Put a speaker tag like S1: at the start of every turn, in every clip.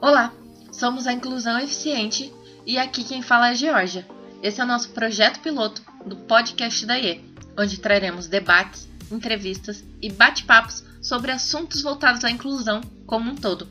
S1: Olá, somos a Inclusão Eficiente e aqui quem fala é a Geórgia. Esse é o nosso projeto piloto do podcast da IE, onde traremos debates, entrevistas e bate-papos sobre assuntos voltados à inclusão como um todo.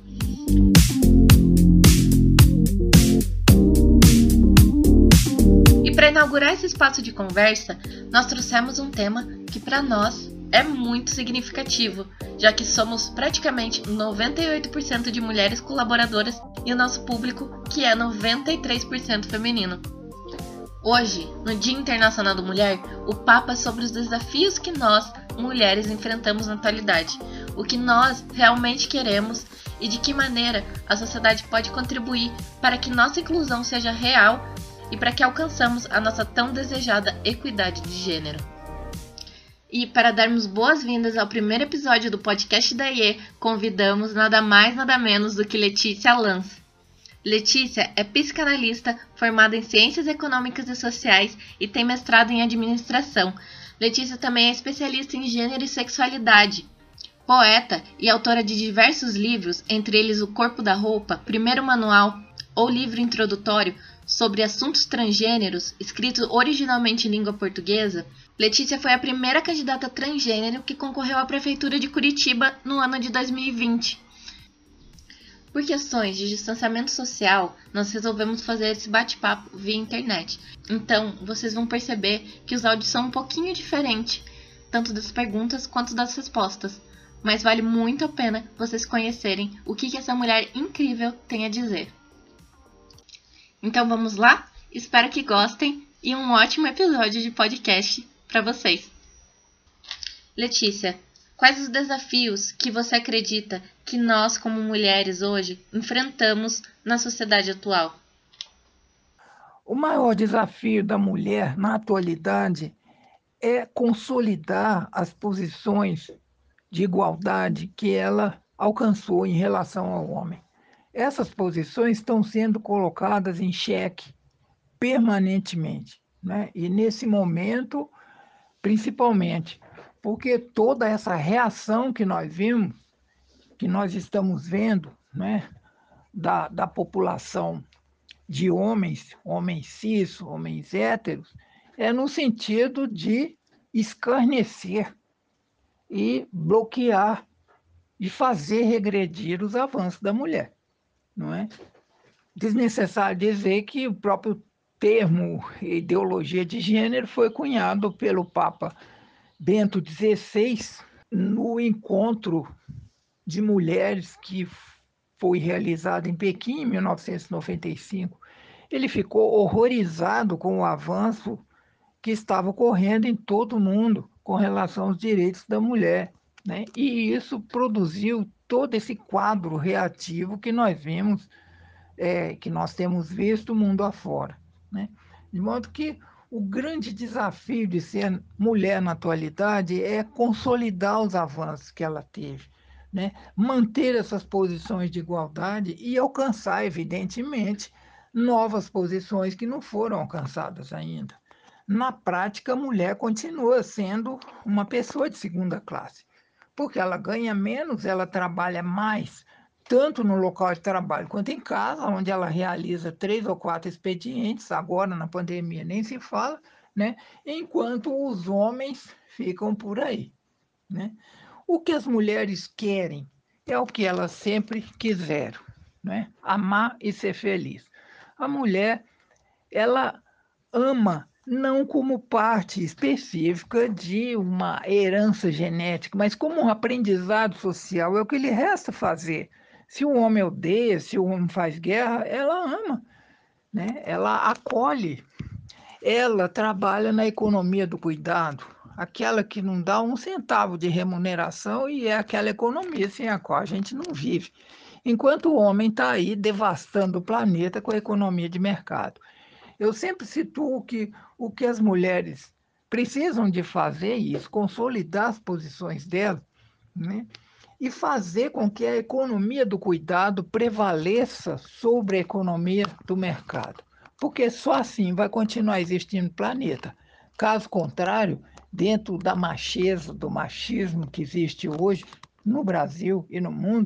S1: E para inaugurar esse espaço de conversa, nós trouxemos um tema que para nós é muito significativo, já que somos praticamente 98% de mulheres colaboradoras e o nosso público que é 93% feminino. Hoje, no Dia Internacional da Mulher, o papo é sobre os desafios que nós, mulheres, enfrentamos na atualidade, o que nós realmente queremos e de que maneira a sociedade pode contribuir para que nossa inclusão seja real e para que alcançamos a nossa tão desejada equidade de gênero. E para darmos boas-vindas ao primeiro episódio do podcast da IE, convidamos nada mais nada menos do que Letícia Lanz. Letícia é psicanalista, formada em Ciências Econômicas e Sociais e tem mestrado em Administração. Letícia também é especialista em gênero e sexualidade, poeta e autora de diversos livros, entre eles O Corpo da Roupa, Primeiro Manual ou Livro Introdutório sobre assuntos transgêneros, escrito originalmente em língua portuguesa. Letícia foi a primeira candidata transgênero que concorreu à Prefeitura de Curitiba no ano de 2020. Por questões de distanciamento social, nós resolvemos fazer esse bate-papo via internet. Então, vocês vão perceber que os áudios são um pouquinho diferentes, tanto das perguntas quanto das respostas. Mas vale muito a pena vocês conhecerem o que essa mulher incrível tem a dizer. Então vamos lá? Espero que gostem e um ótimo episódio de podcast para vocês. Letícia, quais os desafios que você acredita que nós, como mulheres hoje, enfrentamos na sociedade atual?
S2: O maior desafio da mulher na atualidade é consolidar as posições de igualdade que ela alcançou em relação ao homem. Essas posições estão sendo colocadas em xeque permanentemente, né? E nesse momento, principalmente, porque toda essa reação que nós vimos, que nós estamos vendo, né, da população de homens cis, homens héteros, é no sentido de escarnecer e bloquear e fazer regredir os avanços da mulher, não é? Desnecessário dizer que o próprio termo ideologia de gênero foi cunhado pelo Papa Bento XVI no encontro de mulheres que foi realizado em Pequim, em 1995. Ele ficou horrorizado com o avanço que estava ocorrendo em todo o mundo com relação aos direitos da mulher, né? E isso produziu todo esse quadro reativo que nós vimos, que nós temos visto mundo afora, né? De modo que o grande desafio de ser mulher na atualidade é consolidar os avanços que ela teve, né? Manter essas posições de igualdade e alcançar, evidentemente, novas posições que não foram alcançadas ainda. Na prática, a mulher continua sendo uma pessoa de segunda classe, porque ela ganha menos, ela trabalha mais, tanto no local de trabalho quanto em casa, onde ela realiza 3 ou 4 expedientes, agora na pandemia nem se fala, né? Enquanto os homens ficam por aí, né? O que as mulheres querem é o que elas sempre quiseram, né? Amar e ser feliz. A mulher, ela ama não como parte específica de uma herança genética, mas como um aprendizado social, é o que lhe resta fazer. Se o homem odeia, se o homem faz guerra, ela ama, né? Ela acolhe, ela trabalha na economia do cuidado, aquela que não dá um centavo de remuneração e é aquela economia sem a qual a gente não vive. Enquanto o homem está aí devastando o planeta com a economia de mercado. Eu sempre situo que o que as mulheres precisam de fazer é isso, consolidar as posições delas, né? E fazer com que a economia do cuidado prevaleça sobre a economia do mercado. Porque só assim vai continuar existindo o planeta. Caso contrário, dentro da macheza, do machismo que existe hoje no Brasil e no mundo,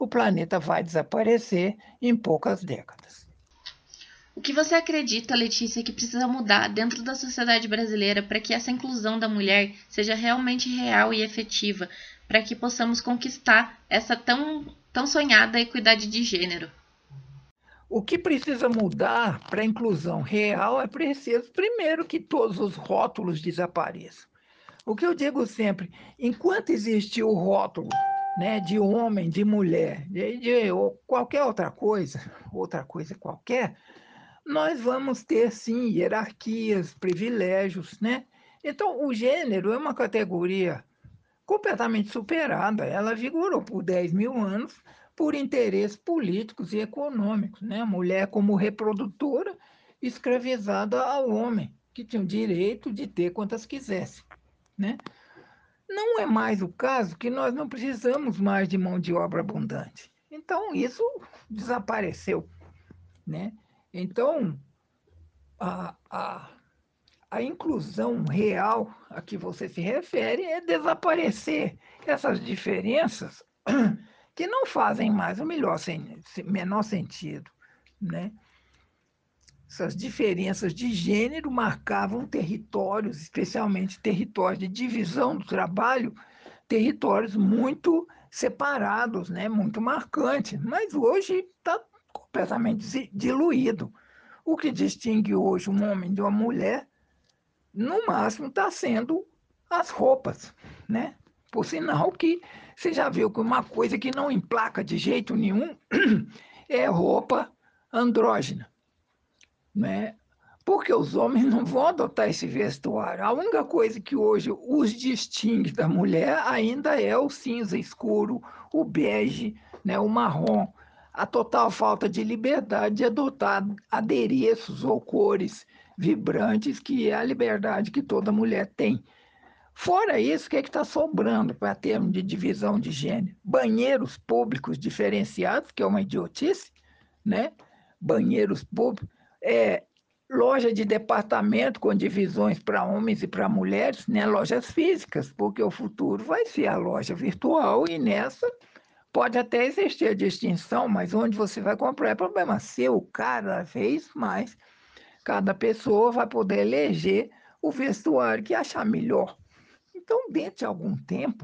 S2: o planeta vai desaparecer em poucas décadas.
S1: O que você acredita, Letícia, que precisa mudar dentro da sociedade brasileira para que essa inclusão da mulher seja realmente real e efetiva, para que possamos conquistar essa tão sonhada equidade de gênero?
S2: O que precisa mudar para a inclusão real é preciso, primeiro, que todos os rótulos desapareçam. O que eu digo sempre, enquanto existe o rótulo, né, de homem, de mulher, de qualquer outra coisa qualquer, nós vamos ter, sim, hierarquias, privilégios, né? Então, o gênero é uma categoria completamente superada. Ela vigorou por 10 mil anos por interesses políticos e econômicos, né? A mulher como reprodutora escravizada ao homem, que tinha o direito de ter quantas quisesse, né? Não é mais o caso que nós não precisamos mais de mão de obra abundante. Então, isso desapareceu, né? Então, a inclusão real a que você se refere é desaparecer essas diferenças que não fazem mais o menor sentido, né? Essas diferenças de gênero marcavam territórios, especialmente territórios de divisão do trabalho, territórios muito separados, né? Muito marcantes, mas hoje está completamente diluído. O que distingue hoje um homem de uma mulher, no máximo, está sendo as roupas, né? Por sinal que você já viu que uma coisa que não emplaca de jeito nenhum é roupa andrógena, né? Porque os homens não vão adotar esse vestuário. A única coisa que hoje os distingue da mulher ainda é o cinza escuro, o bege, né, o marrom, a total falta de liberdade de adotar adereços ou cores vibrantes, que é a liberdade que toda mulher tem. Fora isso, o que está sobrando para termos de divisão de gênero? Banheiros públicos diferenciados, que é uma idiotice, né? Banheiros públicos. Loja de departamento com divisões para homens e para mulheres, né? Lojas físicas, porque o futuro vai ser a loja virtual e nessa pode até existir a distinção, mas onde você vai comprar é problema seu. Cada vez mais, cada pessoa vai poder eleger o vestuário que achar melhor. Então, dentro de algum tempo,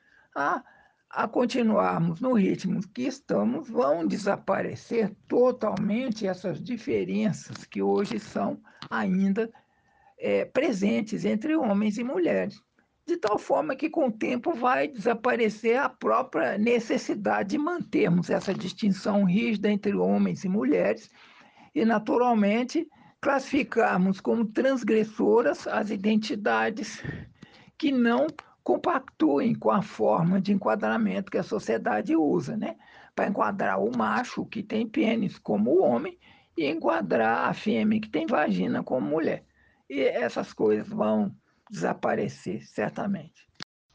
S2: a continuarmos no ritmo que estamos, vão desaparecer totalmente essas diferenças que hoje são ainda presentes entre homens e mulheres. De tal forma que, com o tempo, vai desaparecer a própria necessidade de mantermos essa distinção rígida entre homens e mulheres e, naturalmente, classificarmos como transgressoras as identidades que não compactuem com a forma de enquadramento que a sociedade usa, né? Para enquadrar o macho que tem pênis como homem e enquadrar a fêmea que tem vagina como mulher. E essas coisas vão desaparecer, certamente.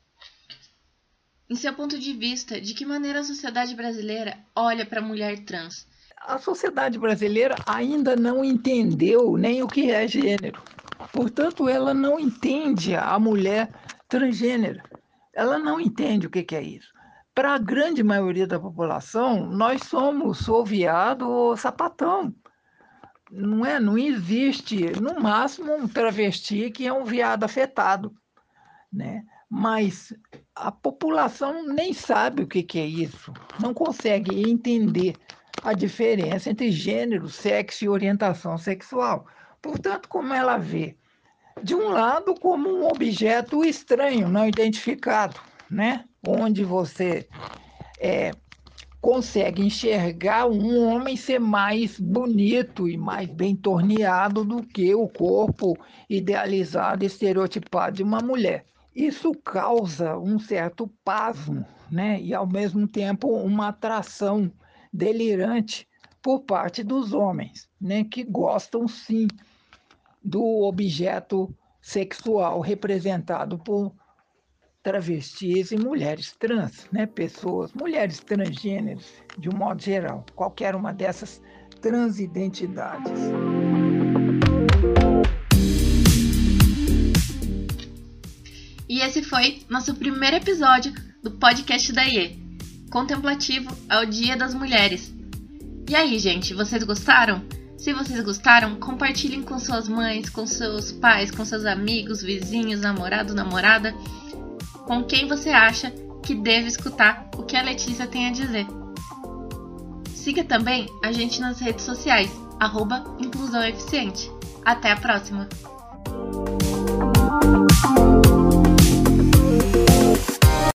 S1: Em seu ponto de vista, de que maneira a sociedade brasileira olha para a mulher trans?
S2: A sociedade brasileira ainda não entendeu nem o que é gênero. Portanto, ela não entende a mulher transgênera. Ela não entende o que é isso. Para a grande maioria da população, nós somos ou viado ou sapatão. Não existe, no máximo, um travesti que é um viado afetado, né? Mas a população nem sabe o que é isso, não consegue entender a diferença entre gênero, sexo e orientação sexual. Portanto, como ela vê, de um lado, como um objeto estranho, não identificado, né? Onde você consegue enxergar um homem ser mais bonito e mais bem torneado do que o corpo idealizado, estereotipado de uma mulher. Isso causa um certo pasmo, né? E, ao mesmo tempo, uma atração delirante por parte dos homens, né? Que gostam, sim, do objeto sexual representado por travestis e mulheres trans, né? Mulheres transgêneros, de um modo geral, qualquer uma dessas transidentidades.
S1: E esse foi nosso primeiro episódio do podcast da IE. contemplativo ao Dia das Mulheres. E aí, gente, vocês gostaram? Se vocês gostaram, compartilhem com suas mães, com seus pais, com seus amigos, vizinhos, namorado, namorada, com quem você acha que deve escutar o que a Letícia tem a dizer. Siga também a gente nas redes sociais, @inclusãoeficiente. Até a próxima!